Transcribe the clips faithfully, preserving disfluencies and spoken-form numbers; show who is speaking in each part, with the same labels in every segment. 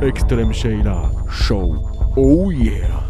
Speaker 1: Ekstrem Şeyler Show. Oh yeah.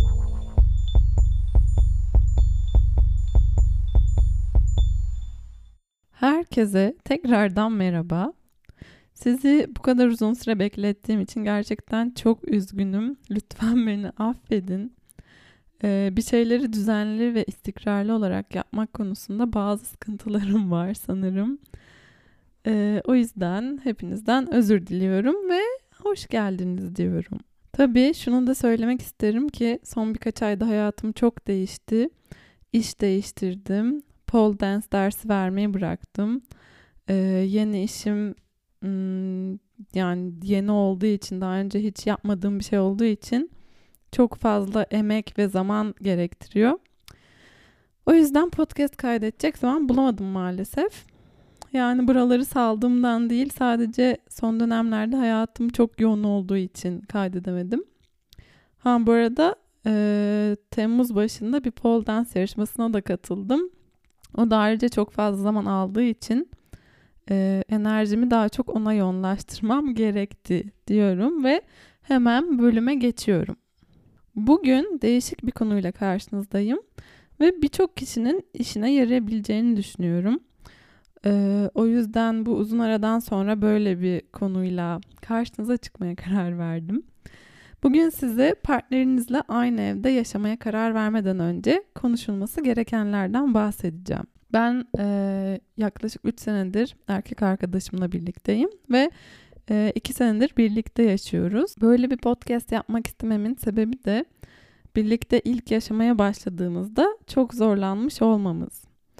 Speaker 2: Herkese tekrardan merhaba. Sizi bu kadar uzun süre beklettiğim için gerçekten çok üzgünüm. Lütfen beni affedin. Ee, bir şeyleri düzenli ve istikrarlı olarak yapmak konusunda bazı sıkıntılarım var sanırım. Ee, o yüzden hepinizden özür diliyorum ve hoş geldiniz diyorum. Tabii şunu da söylemek isterim ki son birkaç ayda hayatım çok değişti. İş değiştirdim. Pole dance dersi vermeyi bıraktım. Ee, yeni işim hmm, yani yeni olduğu için, daha önce hiç yapmadığım bir şey olduğu için çok fazla emek ve zaman gerektiriyor. O yüzden podcast kaydedecek zaman bulamadım maalesef. Yani buraları saldığımdan değil, sadece son dönemlerde hayatım çok yoğun olduğu için kaydedemedim. Ha bu arada e, Temmuz başında bir pole dance yarışmasına da katıldım. O da ayrıca çok fazla zaman aldığı için e, enerjimi daha çok ona yoğunlaştırmam gerekti diyorum ve hemen bölüme geçiyorum. Bugün değişik bir konuyla karşınızdayım ve birçok kişinin işine yarayabileceğini düşünüyorum. Ee, o yüzden bu uzun aradan sonra böyle bir konuyla karşınıza çıkmaya karar verdim. Bugün size partnerinizle aynı evde yaşamaya karar vermeden önce konuşulması gerekenlerden bahsedeceğim. Ben e, yaklaşık üç senedir erkek arkadaşımla birlikteyim ve e, iki senedir birlikte yaşıyoruz. Böyle bir podcast yapmak istememin sebebi de birlikte ilk yaşamaya başladığımızda çok zorlanmış olmamız.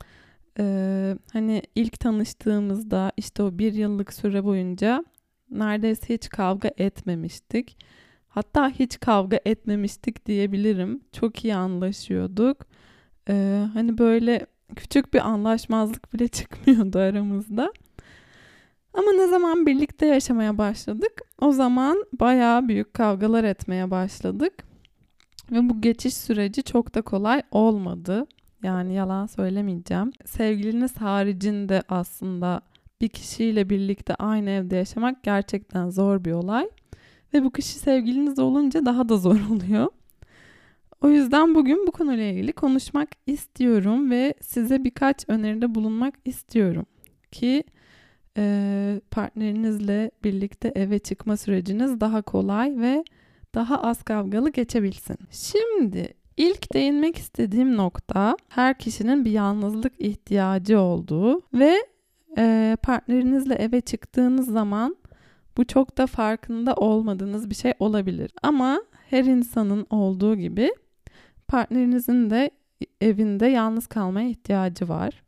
Speaker 2: Ee, hani ilk tanıştığımızda işte o bir yıllık süre boyunca neredeyse hiç kavga etmemiştik. Hatta hiç kavga etmemiştik diyebilirim. Çok iyi anlaşıyorduk. Ee, hani böyle küçük bir anlaşmazlık bile çıkmıyordu aramızda. Ama ne zaman birlikte yaşamaya başladık, o zaman bayağı büyük kavgalar etmeye başladık. Ve bu geçiş süreci çok da kolay olmadı. Yani yalan söylemeyeceğim. Sevgiliniz haricinde aslında bir kişiyle birlikte aynı evde yaşamak gerçekten zor bir olay. Ve bu kişi sevgiliniz olunca daha da zor oluyor. O yüzden bugün bu konuyla ilgili konuşmak istiyorum ve size birkaç öneride bulunmak istiyorum. Ki e, partnerinizle birlikte eve çıkma süreciniz daha kolay ve daha az kavgalı geçebilsin. Şimdi ilk değinmek istediğim nokta, her kişinin bir yalnızlık ihtiyacı olduğu ve e, partnerinizle eve çıktığınız zaman bu çok da farkında olmadığınız bir şey olabilir. Ama her insanın olduğu gibi partnerinizin de evinde yalnız kalmaya ihtiyacı var.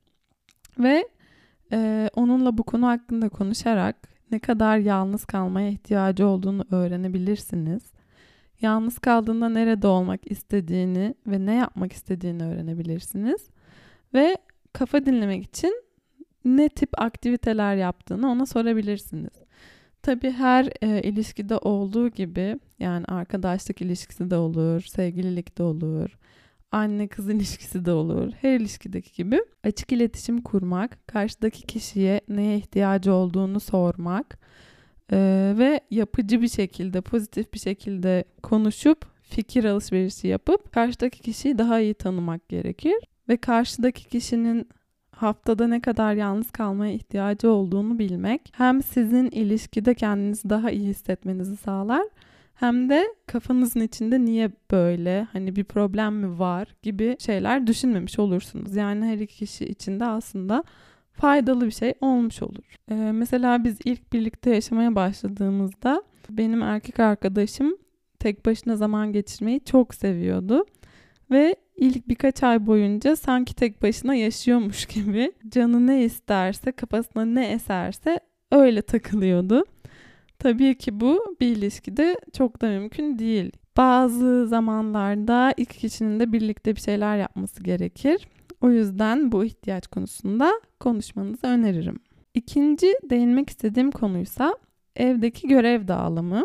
Speaker 2: Ve e, onunla bu konu hakkında konuşarak ne kadar yalnız kalmaya ihtiyacı olduğunu öğrenebilirsiniz. Yalnız kaldığında nerede olmak istediğini ve ne yapmak istediğini öğrenebilirsiniz. Ve kafa dinlemek için ne tip aktiviteler yaptığını ona sorabilirsiniz. Tabii her e, ilişkide olduğu gibi, yani arkadaşlık ilişkisi de olur, sevgililik de olur, anne kız ilişkisi de olur. Her ilişkideki gibi açık iletişim kurmak, karşıdaki kişiye neye ihtiyacı olduğunu sormak Ee, ve yapıcı bir şekilde, pozitif bir şekilde konuşup fikir alışverişi yapıp karşıdaki kişiyi daha iyi tanımak gerekir. Ve karşıdaki kişinin haftada ne kadar yalnız kalmaya ihtiyacı olduğunu bilmek hem sizin ilişkide kendinizi daha iyi hissetmenizi sağlar, hem de kafanızın içinde niye böyle, hani bir problem mi var gibi şeyler düşünmemiş olursunuz. Yani her iki kişi için de aslında faydalı bir şey olmuş olur. Ee, mesela biz ilk birlikte yaşamaya başladığımızda benim erkek arkadaşım tek başına zaman geçirmeyi çok seviyordu. Ve ilk birkaç ay boyunca sanki tek başına yaşıyormuş gibi canı ne isterse, kafasına ne eserse öyle takılıyordu. Tabii ki bu bir ilişkide çok da mümkün değil. Bazı zamanlarda iki kişinin de birlikte bir şeyler yapması gerekir. O yüzden bu ihtiyaç konusunda konuşmanızı öneririm. İkinci değinmek istediğim konuysa evdeki görev dağılımı.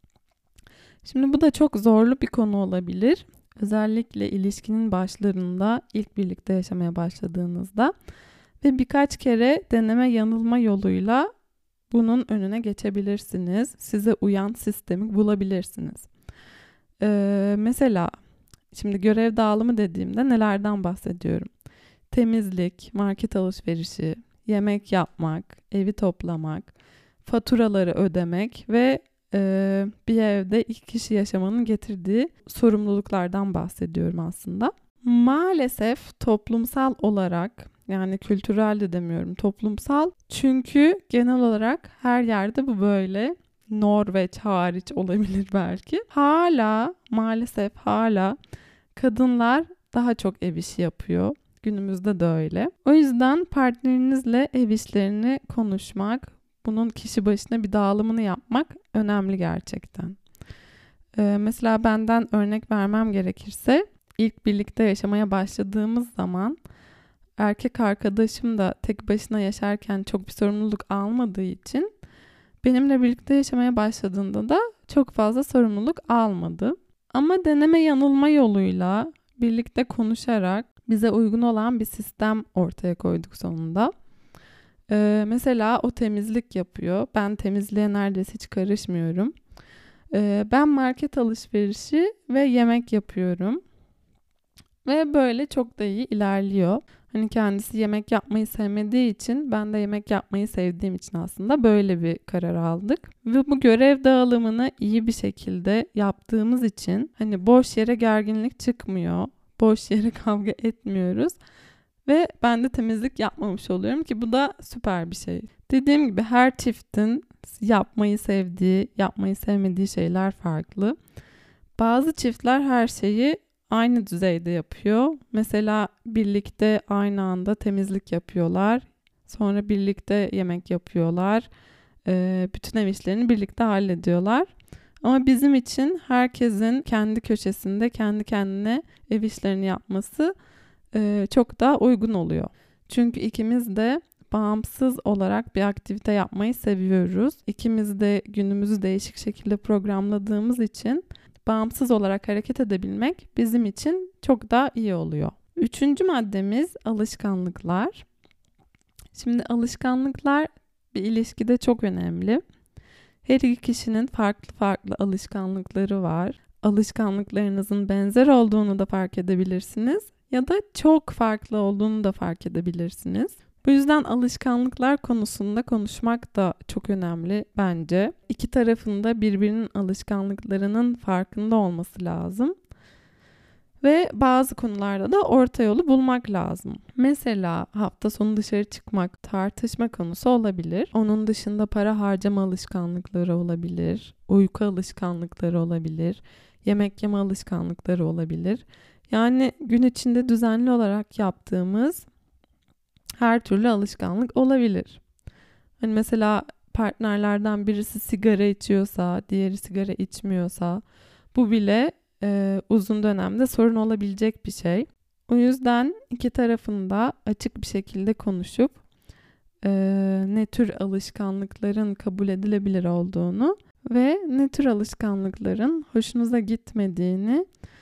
Speaker 2: Şimdi bu da çok zorlu bir konu olabilir. Özellikle ilişkinin başlarında, ilk birlikte yaşamaya başladığınızda ve birkaç kere deneme yanılma yoluyla bunun önüne geçebilirsiniz. Size uyan sistemi bulabilirsiniz. Ee, mesela şimdi görev dağılımı dediğimde nelerden bahsediyorum? Temizlik, market alışverişi, yemek yapmak, evi toplamak, faturaları ödemek ve e, bir evde iki kişi yaşamanın getirdiği sorumluluklardan bahsediyorum aslında. Maalesef toplumsal olarak, yani kültürel de demiyorum, toplumsal, çünkü genel olarak her yerde bu böyle. Norveç hariç olabilir belki. Hala maalesef hala kadınlar daha çok ev işi yapıyor. Günümüzde de öyle. O yüzden partnerinizle ev işlerini konuşmak, bunun kişi başına bir dağılımını yapmak önemli gerçekten. Ee, mesela benden örnek vermem gerekirse, ilk birlikte yaşamaya başladığımız zaman erkek arkadaşım da tek başına yaşarken çok bir sorumluluk almadığı için benimle birlikte yaşamaya başladığında da çok fazla sorumluluk almadı. Ama deneme yanılma yoluyla, birlikte konuşarak bize uygun olan bir sistem ortaya koyduk sonunda. Ee, mesela o temizlik yapıyor. Ben temizliğe neredeyse hiç karışmıyorum. Ee, ben market alışverişi ve yemek yapıyorum. Ve böyle çok da iyi ilerliyor. Hani kendisi yemek yapmayı sevmediği için, ben de yemek yapmayı sevdiğim için aslında böyle bir karar aldık. Ve bu görev dağılımını iyi bir şekilde yaptığımız için hani boş yere gerginlik çıkmıyor. Boş yere kavga etmiyoruz. Ve ben de temizlik yapmamış oluyorum ki bu da süper bir şey. Dediğim gibi her çiftin yapmayı sevdiği, yapmayı sevmediği şeyler farklı. Bazı çiftler her şeyi aynı düzeyde yapıyor. Mesela birlikte aynı anda temizlik yapıyorlar. Sonra birlikte yemek yapıyorlar. Ee, bütün ev işlerini birlikte hallediyorlar. Ama bizim için herkesin kendi köşesinde kendi kendine ev işlerini yapması e, çok daha uygun oluyor. Çünkü ikimiz de bağımsız olarak bir aktivite yapmayı seviyoruz. İkimiz de günümüzü değişik şekilde programladığımız için bağımsız olarak hareket edebilmek bizim için çok daha iyi oluyor. Üçüncü maddemiz alışkanlıklar. Şimdi alışkanlıklar bir ilişkide çok önemli. Her iki kişinin farklı farklı alışkanlıkları var. Alışkanlıklarınızın benzer olduğunu da fark edebilirsiniz ya da çok farklı olduğunu da fark edebilirsiniz. Bu yüzden alışkanlıklar konusunda konuşmak da çok önemli bence. İki tarafın da birbirinin alışkanlıklarının farkında olması lazım. Ve bazı konularda da orta yolu bulmak lazım. Mesela hafta sonu dışarı çıkmak tartışma konusu olabilir. Onun dışında para harcama alışkanlıkları olabilir. Uyku alışkanlıkları olabilir. Yemek yeme alışkanlıkları olabilir. Yani gün içinde düzenli olarak yaptığımız her türlü alışkanlık olabilir. Hani mesela partnerlerden birisi sigara içiyorsa, diğeri sigara içmiyorsa bu bile e, uzun dönemde sorun olabilecek bir şey. O yüzden iki tarafın da açık bir şekilde konuşup e, ne tür alışkanlıkların kabul edilebilir olduğunu ve ne tür alışkanlıkların hoşunuza gitmediğini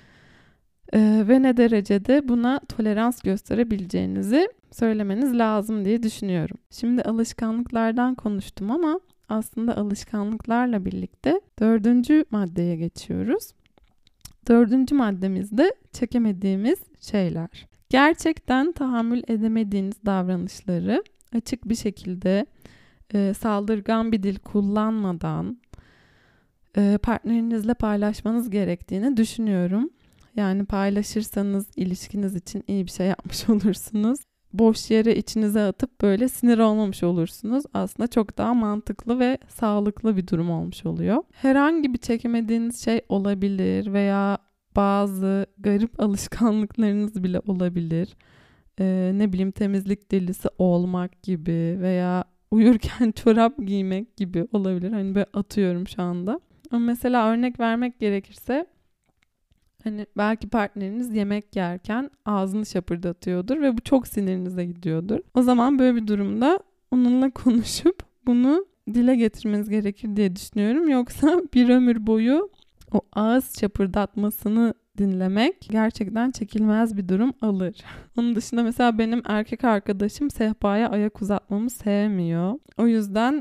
Speaker 2: e, ve ne derecede buna tolerans gösterebileceğinizi söylemeniz lazım diye düşünüyorum. Şimdi alışkanlıklardan konuştum ama aslında alışkanlıklarla birlikte dördüncü maddeye geçiyoruz. Dördüncü maddemizde çekemediğimiz şeyler. Gerçekten tahammül edemediğiniz davranışları açık bir şekilde e, saldırgan bir dil kullanmadan e, partnerinizle paylaşmanız gerektiğini düşünüyorum. Yani paylaşırsanız ilişkiniz için iyi bir şey yapmış olursunuz. Boş yere içinize atıp böyle sinir olmamış olursunuz. Aslında çok daha mantıklı ve sağlıklı bir durum olmuş oluyor. Herhangi bir çekemediğiniz şey olabilir veya bazı garip alışkanlıklarınız bile olabilir. Ee, ne bileyim temizlik delisi olmak gibi veya uyurken çorap giymek gibi olabilir. Hani böyle atıyorum şu anda. Ama mesela örnek vermek gerekirse hani belki partneriniz yemek yerken ağzını şapırdatıyordur ve bu çok sinirinize gidiyordur. O zaman böyle bir durumda onunla konuşup bunu dile getirmeniz gerekir diye düşünüyorum. Yoksa bir ömür boyu o ağız şapırdatmasını dinlemek gerçekten çekilmez bir durum alır. Onun dışında mesela benim erkek arkadaşım sehpaya ayak uzatmamı sevmiyor. O yüzden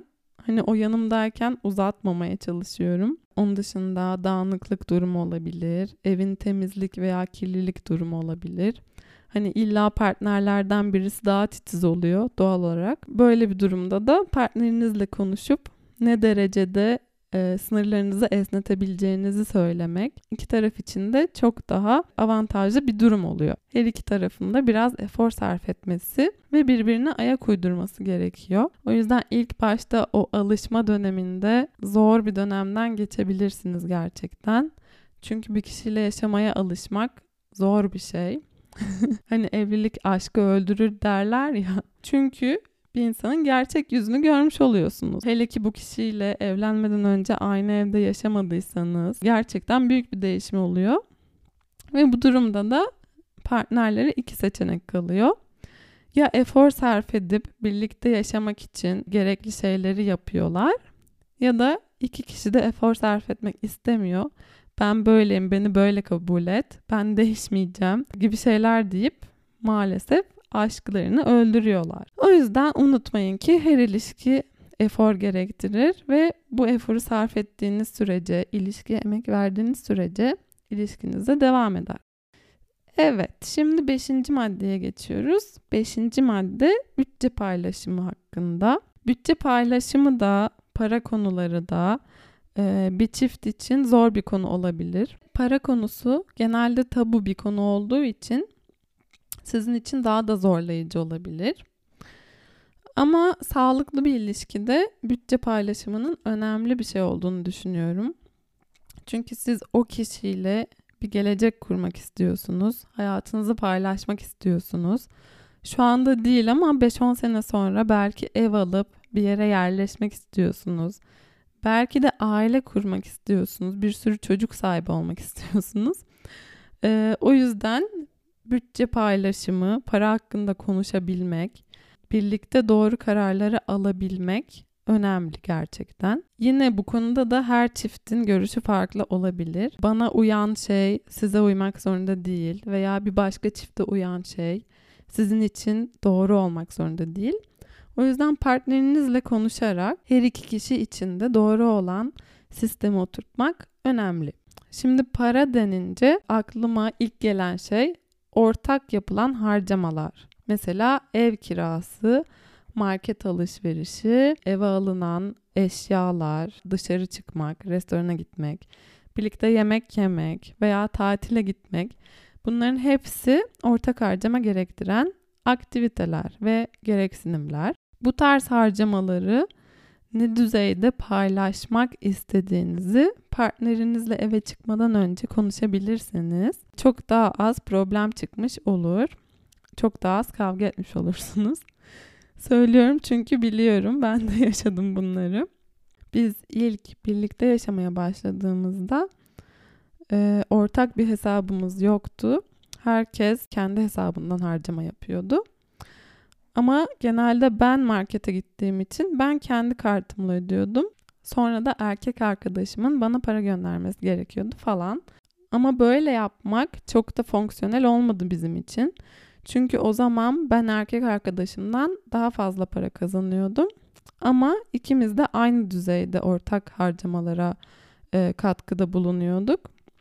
Speaker 2: Hani o yanımdayken uzatmamaya çalışıyorum. Onun dışında dağınıklık durumu olabilir, evin temizlik veya kirlilik durumu olabilir. Hani illa partnerlerden birisi daha titiz oluyor doğal olarak. Böyle bir durumda da partnerinizle konuşup ne derecede e, sınırlarınızı esnetebileceğinizi söylemek iki taraf için de çok daha avantajlı bir durum oluyor. Her iki tarafın da biraz efor sarf etmesi ve birbirine ayak uydurması gerekiyor. O yüzden ilk başta o alışma döneminde zor bir dönemden geçebilirsiniz gerçekten. Çünkü bir kişiyle yaşamaya alışmak zor bir şey. Hani evlilik aşkı öldürür derler ya. Çünkü bir insanın gerçek yüzünü görmüş oluyorsunuz. Hele ki bu kişiyle evlenmeden önce aynı evde yaşamadıysanız gerçekten büyük bir değişim oluyor. Ve bu durumda da partnerlere iki seçenek kalıyor. Ya efor sarf edip birlikte yaşamak için gerekli şeyleri yapıyorlar ya da iki kişi de efor sarf etmek istemiyor. Ben böyleyim, beni böyle kabul et, ben değişmeyeceğim gibi şeyler deyip maalesef aşklarını öldürüyorlar. O yüzden unutmayın ki her ilişki efor gerektirir ve bu eforu sarf ettiğiniz sürece, ilişkiye emek verdiğiniz sürece ilişkinize devam eder. Evet, şimdi beşinci maddeye geçiyoruz. Beşinci madde bütçe paylaşımı hakkında. Bütçe paylaşımı da, para konuları da e, bir çift için zor bir konu olabilir. Para konusu genelde tabu bir konu olduğu için sizin için daha da zorlayıcı olabilir. Ama sağlıklı bir ilişkide bütçe paylaşımının önemli bir şey olduğunu düşünüyorum. Çünkü siz o kişiyle bir gelecek kurmak istiyorsunuz. Hayatınızı paylaşmak istiyorsunuz. Şu anda değil ama beş on sene sonra belki ev alıp bir yere yerleşmek istiyorsunuz. Belki de aile kurmak istiyorsunuz. Bir sürü çocuk sahibi olmak istiyorsunuz. Ee, o yüzden bütçe paylaşımı, para hakkında konuşabilmek, birlikte doğru kararları alabilmek önemli gerçekten. Yine bu konuda da her çiftin görüşü farklı olabilir. Bana uyan şey size uymak zorunda değil veya bir başka çifte uyan şey sizin için doğru olmak zorunda değil. O yüzden partnerinizle konuşarak her iki kişi için de doğru olan sistemi oturtmak önemli. Şimdi para denince aklıma ilk gelen şey ortak yapılan harcamalar. Mesela ev kirası, market alışverişi, eve alınan eşyalar, dışarı çıkmak, restorana gitmek, birlikte yemek yemek veya tatile gitmek. Bunların hepsi ortak harcama gerektiren aktiviteler ve gereksinimler. Bu tarz harcamaları ne düzeyde paylaşmak istediğinizi partnerinizle eve çıkmadan önce konuşabilirseniz çok daha az problem çıkmış olur. Çok daha az kavga etmiş olursunuz. Söylüyorum çünkü biliyorum, ben de yaşadım bunları. Biz ilk birlikte yaşamaya başladığımızda e, ortak bir hesabımız yoktu. Herkes kendi hesabından harcama yapıyordu. Ama genelde ben markete gittiğim için ben kendi kartımla ödüyordum. Sonra da erkek arkadaşımın bana para göndermesi gerekiyordu falan. Ama böyle yapmak çok da fonksiyonel olmadı bizim için. Çünkü o zaman ben erkek arkadaşımdan daha fazla para kazanıyordum. Ama ikimiz de aynı düzeyde ortak harcamalara e, katkıda bulunuyorduk.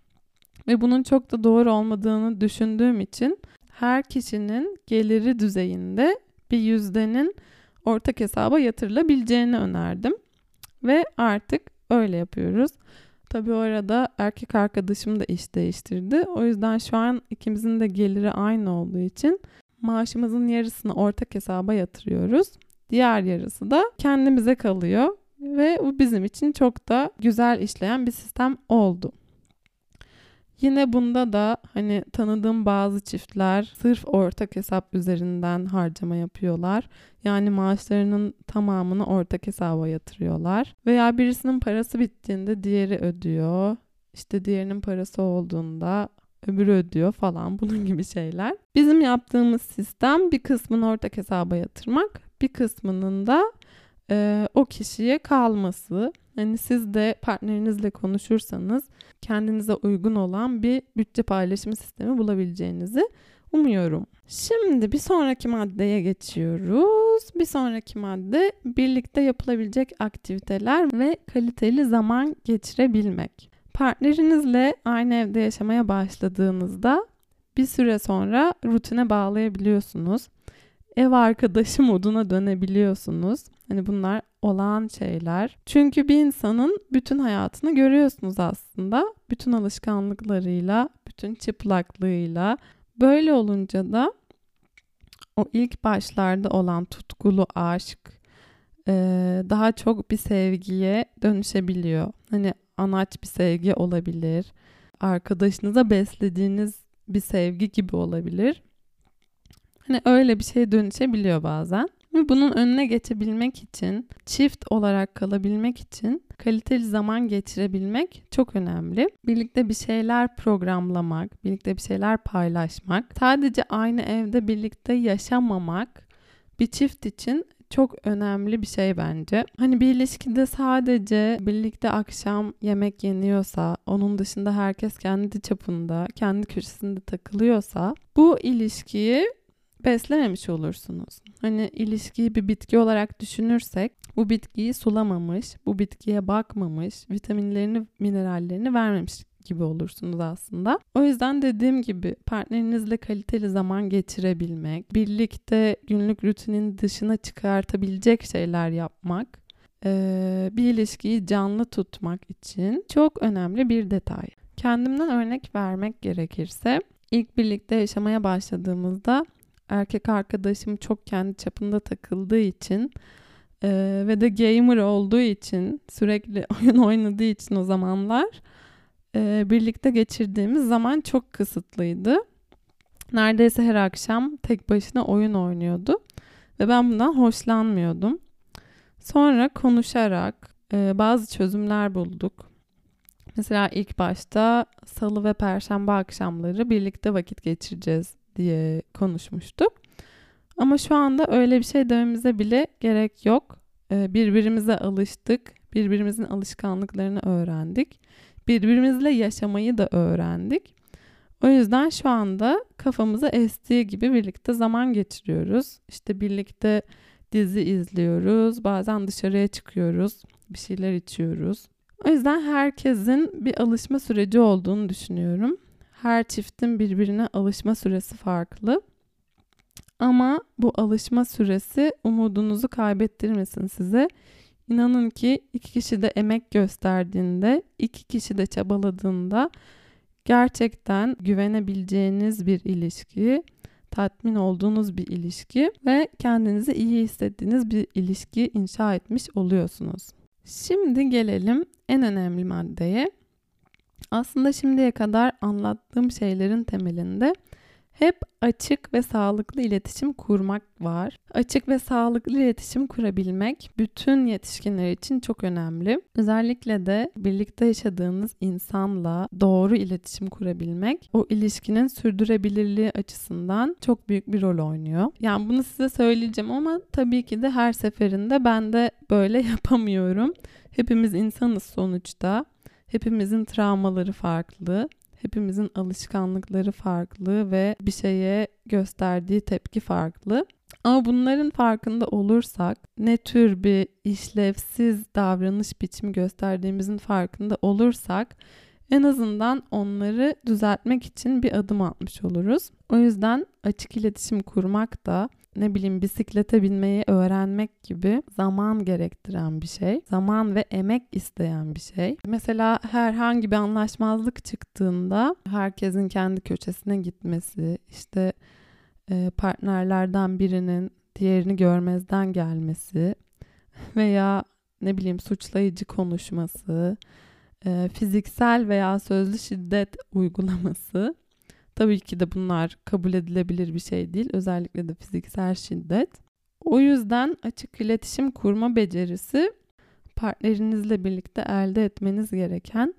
Speaker 2: Ve bunun çok da doğru olmadığını düşündüğüm için her kişinin geliri düzeyinde bir yüzdenin ortak hesaba yatırılabileceğini önerdim. Ve artık öyle yapıyoruz. Tabii orada erkek arkadaşım da iş değiştirdi. O yüzden şu an ikimizin de geliri aynı olduğu için maaşımızın yarısını ortak hesaba yatırıyoruz. Diğer yarısı da kendimize kalıyor. Ve bu bizim için çok da güzel işleyen bir sistem oldu. Yine bunda da hani tanıdığım bazı çiftler sırf ortak hesap üzerinden harcama yapıyorlar. Yani maaşlarının tamamını ortak hesaba yatırıyorlar. Veya birisinin parası bittiğinde diğeri ödüyor. İşte diğerinin parası olduğunda öbürü ödüyor falan, bunun gibi şeyler. Bizim yaptığımız sistem bir kısmını ortak hesaba yatırmak, bir kısmının da e, o kişiye kalması. Yani siz de partnerinizle konuşursanız kendinize uygun olan bir bütçe paylaşımı sistemi bulabileceğinizi umuyorum. Şimdi bir sonraki maddeye geçiyoruz. diyoruz. Bir sonraki madde birlikte yapılabilecek aktiviteler ve kaliteli zaman geçirebilmek. Partnerinizle aynı evde yaşamaya başladığınızda bir süre sonra rutine bağlayabiliyorsunuz. Ev arkadaşı moduna dönebiliyorsunuz. Hani bunlar olağan şeyler. Çünkü bir insanın bütün hayatını görüyorsunuz aslında. Bütün alışkanlıklarıyla, bütün çıplaklığıyla. Böyle olunca da o ilk başlarda olan tutkulu aşk daha çok bir sevgiye dönüşebiliyor. Hani anaç bir sevgi olabilir. Arkadaşınıza beslediğiniz bir sevgi gibi olabilir. Hani öyle bir şeye dönüşebiliyor bazen. Ve bunun önüne geçebilmek için, çift olarak kalabilmek için kaliteli zaman geçirebilmek çok önemli. Birlikte bir şeyler programlamak, birlikte bir şeyler paylaşmak, sadece aynı evde birlikte yaşamamak bir çift için çok önemli bir şey bence. Hani bir ilişkide sadece birlikte akşam yemek yeniyorsa, onun dışında herkes kendi çapında, kendi köşesinde takılıyorsa bu ilişkiyi beslememiş olursunuz. Hani ilişkiyi bir bitki olarak düşünürsek bu bitkiyi sulamamış, bu bitkiye bakmamış, vitaminlerini, minerallerini vermemiş gibi olursunuz aslında. O yüzden dediğim gibi partnerinizle kaliteli zaman geçirebilmek, birlikte günlük rutinin dışına çıkartabilecek şeyler yapmak, bir ilişkiyi canlı tutmak için çok önemli bir detay. Kendimden örnek vermek gerekirse ilk birlikte yaşamaya başladığımızda erkek arkadaşım çok kendi çapında takıldığı için e, ve de gamer olduğu için, sürekli oyun oynadığı için o zamanlar e, birlikte geçirdiğimiz zaman çok kısıtlıydı. Neredeyse her akşam tek başına oyun oynuyordu ve ben bundan hoşlanmıyordum. Sonra konuşarak e, bazı çözümler bulduk. Mesela ilk başta salı ve perşembe akşamları birlikte vakit geçireceğiz diye konuşmuştuk. Ama şu anda öyle bir şey dememize bile gerek yok. Ee, birbirimize alıştık. Birbirimizin alışkanlıklarını öğrendik. Birbirimizle yaşamayı da öğrendik. O yüzden şu anda kafamıza estiği gibi birlikte zaman geçiriyoruz. İşte birlikte dizi izliyoruz. Bazen dışarıya çıkıyoruz. Bir şeyler içiyoruz. O yüzden herkesin bir alışma süreci olduğunu düşünüyorum. Her çiftin birbirine alışma süresi farklı. Ama bu alışma süresi umudunuzu kaybettirmesin size. İnanın ki iki kişi de emek gösterdiğinde, iki kişi de çabaladığında gerçekten güvenebileceğiniz bir ilişki, tatmin olduğunuz bir ilişki ve kendinizi iyi hissettiğiniz bir ilişki inşa etmiş oluyorsunuz. Şimdi gelelim en önemli maddeye. Aslında şimdiye kadar anlattığım şeylerin temelinde hep açık ve sağlıklı iletişim kurmak var. Açık ve sağlıklı iletişim kurabilmek bütün yetişkinler için çok önemli. Özellikle de birlikte yaşadığınız insanla doğru iletişim kurabilmek o ilişkinin sürdürülebilirliği açısından çok büyük bir rol oynuyor. Yani bunu size söyleyeceğim ama tabii ki de her seferinde ben de böyle yapamıyorum. Hepimiz insanız sonuçta. Hepimizin travmaları farklı. Hepimizin alışkanlıkları farklı ve bir şeye gösterdiği tepki farklı. Ama bunların farkında olursak, ne tür bir işlevsiz davranış biçimi gösterdiğimizin farkında olursak, en azından onları düzeltmek için bir adım atmış oluruz. O yüzden açık iletişim kurmak da, ne bileyim bisiklete binmeyi öğrenmek gibi zaman gerektiren bir şey. Zaman ve emek isteyen bir şey. Mesela herhangi bir anlaşmazlık çıktığında herkesin kendi köşesine gitmesi, işte partnerlerden birinin diğerini görmezden gelmesi veya ne bileyim suçlayıcı konuşması, fiziksel veya sözlü şiddet uygulaması. Tabii ki de bunlar kabul edilebilir bir şey değil. Özellikle de fiziksel şiddet. O yüzden açık iletişim kurma becerisi partnerinizle birlikte elde etmeniz gereken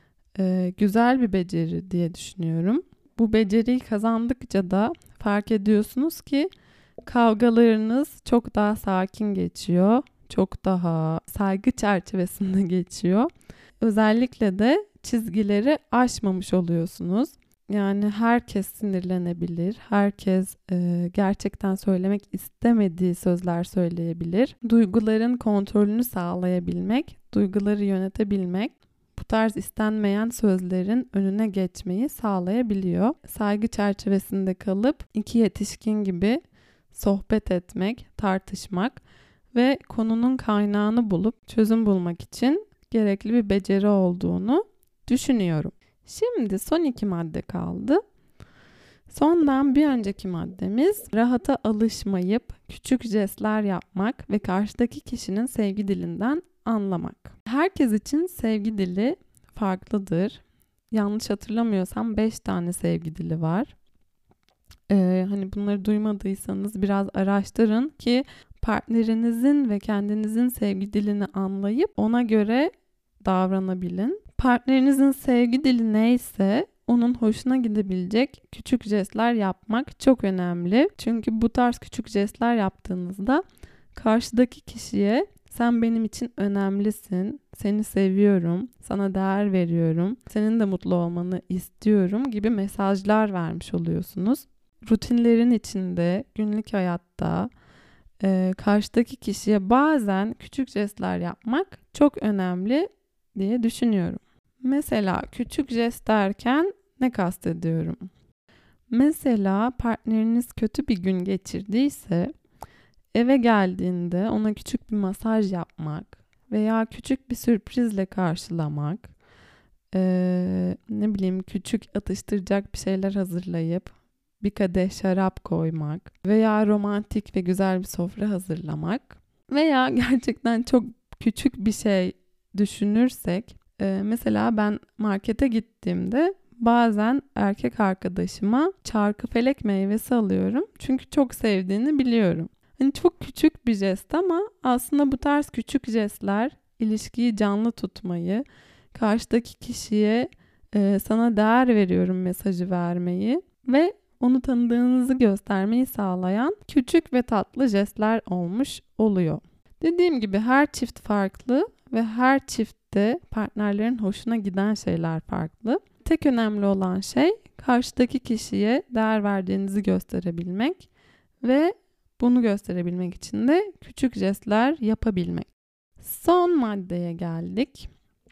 Speaker 2: e, güzel bir beceri diye düşünüyorum. Bu beceriyi kazandıkça da fark ediyorsunuz ki kavgalarınız çok daha sakin geçiyor. Çok daha saygı çerçevesinde geçiyor. Özellikle de çizgileri aşmamış oluyorsunuz. Yani herkes sinirlenebilir. Herkes e, gerçekten söylemek istemediği sözler söyleyebilir. Duyguların kontrolünü sağlayabilmek, duyguları yönetebilmek bu tarz istenmeyen sözlerin önüne geçmeyi sağlayabiliyor. Saygı çerçevesinde kalıp iki yetişkin gibi sohbet etmek, tartışmak ve konunun kaynağını bulup çözüm bulmak için gerekli bir beceri olduğunu düşünüyorum. Şimdi son iki madde kaldı. Sondan bir önceki maddemiz rahata alışmayıp küçük jestler yapmak ve karşıdaki kişinin sevgi dilinden anlamak. Herkes için sevgi dili farklıdır. Yanlış hatırlamıyorsam beş tane sevgi dili var. Ee, hani bunları duymadıysanız biraz araştırın ki partnerinizin ve kendinizin sevgi dilini anlayıp ona göre davranabilin. Partnerinizin sevgi dili neyse onun hoşuna gidebilecek küçük jestler yapmak çok önemli. Çünkü bu tarz küçük jestler yaptığınızda karşıdaki kişiye sen benim için önemlisin, seni seviyorum, sana değer veriyorum, senin de mutlu olmanı istiyorum gibi mesajlar vermiş oluyorsunuz. Rutinlerin içinde, günlük hayatta e, karşıdaki kişiye bazen küçük jestler yapmak çok önemli diye düşünüyorum. Mesela küçük jest derken ne kastediyorum? Mesela partneriniz kötü bir gün geçirdiyse eve geldiğinde ona küçük bir masaj yapmak veya küçük bir sürprizle karşılamak, ee, ne bileyim küçük atıştıracak bir şeyler hazırlayıp bir kadeh şarap koymak veya romantik ve güzel bir sofra hazırlamak veya gerçekten çok küçük bir şey düşünürsek, e, mesela ben markete gittiğimde bazen erkek arkadaşıma çarkıfelek meyvesi alıyorum çünkü çok sevdiğini biliyorum. Hani çok küçük bir jest ama aslında bu tarz küçük jestler ilişkiyi canlı tutmayı, karşıdaki kişiye e, sana değer veriyorum mesajı vermeyi ve onu tanıdığınızı göstermeyi sağlayan küçük ve tatlı jestler olmuş oluyor. Dediğim gibi her çift farklı ve her çiftte partnerlerin hoşuna giden şeyler farklı. Tek önemli olan şey karşıdaki kişiye değer verdiğinizi gösterebilmek ve bunu gösterebilmek için de küçük jestler yapabilmek. Son maddeye geldik.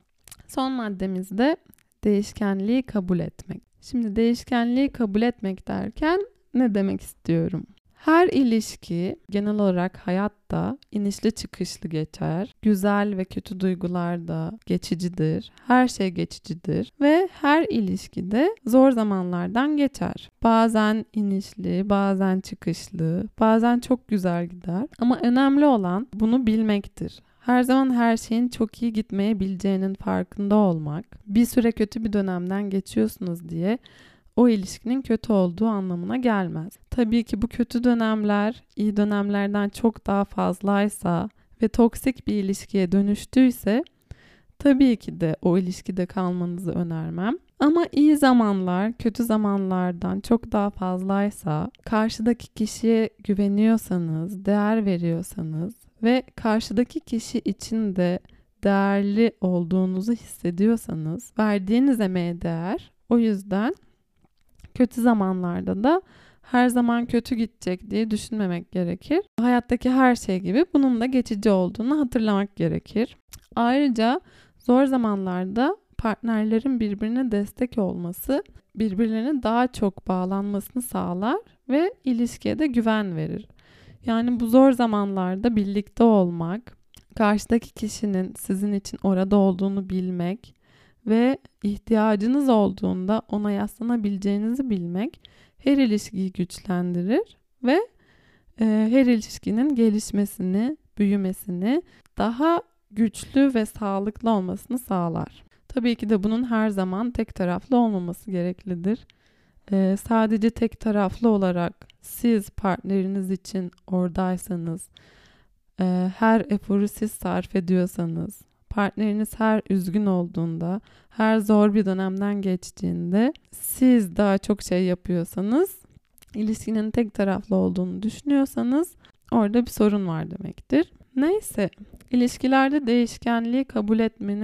Speaker 2: Son maddemizde değişkenliği kabul etmek. Şimdi değişkenliği kabul etmek derken ne demek istiyorum? Her ilişki genel olarak hayatta inişli çıkışlı geçer. Güzel ve kötü duygular da geçicidir. Her şey geçicidir ve her ilişkide zor zamanlardan geçer. Bazen inişli, bazen çıkışlı, bazen çok güzel gider. Ama önemli olan bunu bilmektir. Her zaman her şeyin çok iyi gitmeyebileceğinin farkında olmak. Bir süre kötü bir dönemden geçiyorsunuz diye o ilişkinin kötü olduğu anlamına gelmez. Tabii ki bu kötü dönemler iyi dönemlerden çok daha fazlaysa ve toksik bir ilişkiye dönüştüyse tabii ki de o ilişkide kalmanızı önermem. Ama iyi zamanlar kötü zamanlardan çok daha fazlaysa, karşıdaki kişiye güveniyorsanız, değer veriyorsanız ve karşıdaki kişi için de değerli olduğunuzu hissediyorsanız, verdiğiniz emeğe değer. O yüzden kötü zamanlarda da her zaman kötü gidecek diye düşünmemek gerekir. Hayattaki her şey gibi bunun da geçici olduğunu hatırlamak gerekir. Ayrıca zor zamanlarda partnerlerin birbirine destek olması, birbirlerine daha çok bağlanmasını sağlar ve ilişkiye de güven verir. Yani bu zor zamanlarda birlikte olmak, karşıdaki kişinin sizin için orada olduğunu bilmek ve ihtiyacınız olduğunda ona yaslanabileceğinizi bilmek her ilişkiyi güçlendirir ve e, her ilişkinin gelişmesini, büyümesini, daha güçlü ve sağlıklı olmasını sağlar. Tabii ki de bunun her zaman tek taraflı olmaması gereklidir. E, sadece tek taraflı olarak siz partneriniz için oradaysanız, e, her eforu siz sarf ediyorsanız, partneriniz her üzgün olduğunda, her zor bir dönemden geçtiğinde siz daha çok şey yapıyorsanız, ilişkinin tek taraflı olduğunu düşünüyorsanız orada bir sorun var demektir. Neyse, ilişkilerde değişkenliği kabul etmenin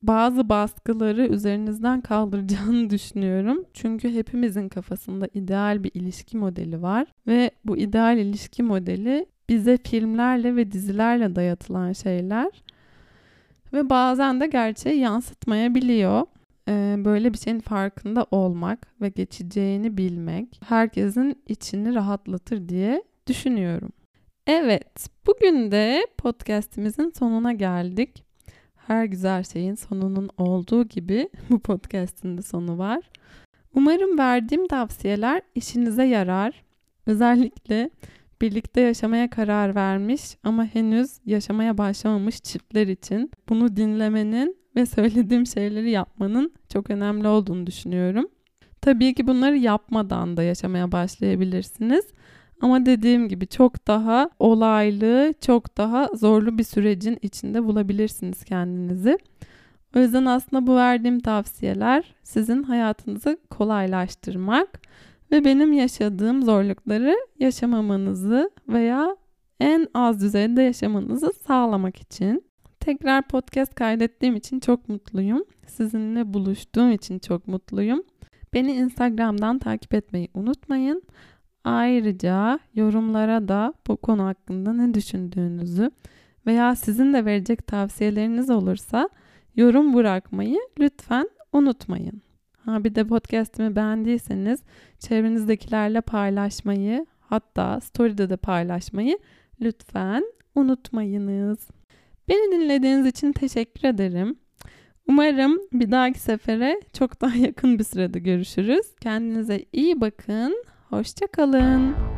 Speaker 2: bazı baskıları üzerinizden kaldıracağını düşünüyorum. Çünkü hepimizin kafasında ideal bir ilişki modeli var ve bu ideal ilişki modeli bize filmlerle ve dizilerle dayatılan şeyler ve bazen de gerçeği yansıtmayabiliyor. Ee, böyle bir şeyin farkında olmak ve geçeceğini bilmek herkesin içini rahatlatır diye düşünüyorum. Evet, bugün de podcast'imizin sonuna geldik. Her güzel şeyin sonunun olduğu gibi bu podcast'in de sonu var. Umarım verdiğim tavsiyeler işinize yarar. Özellikle birlikte yaşamaya karar vermiş ama henüz yaşamaya başlamamış çiftler için bunu dinlemenin ve söylediğim şeyleri yapmanın çok önemli olduğunu düşünüyorum. Tabii ki bunları yapmadan da yaşamaya başlayabilirsiniz. Ama dediğim gibi çok daha olaylı, çok daha zorlu bir sürecin içinde bulabilirsiniz kendinizi. O yüzden aslında bu verdiğim tavsiyeler sizin hayatınızı kolaylaştırmak ve benim yaşadığım zorlukları yaşamamanızı veya en az düzeyde yaşamanızı sağlamak için. Tekrar podcast kaydettiğim için çok mutluyum. Sizinle buluştuğum için çok mutluyum. Beni Instagram'dan takip etmeyi unutmayın. Ayrıca yorumlara da bu konu hakkında ne düşündüğünüzü veya sizin de verecek tavsiyeleriniz olursa yorum bırakmayı lütfen unutmayın. Ha bir de podcast'imi beğendiyseniz çevrenizdekilerle paylaşmayı, hatta story'de de paylaşmayı lütfen unutmayınız. Beni dinlediğiniz için teşekkür ederim. Umarım bir dahaki sefere çok daha yakın bir sürede görüşürüz. Kendinize iyi bakın. Hoşça kalın.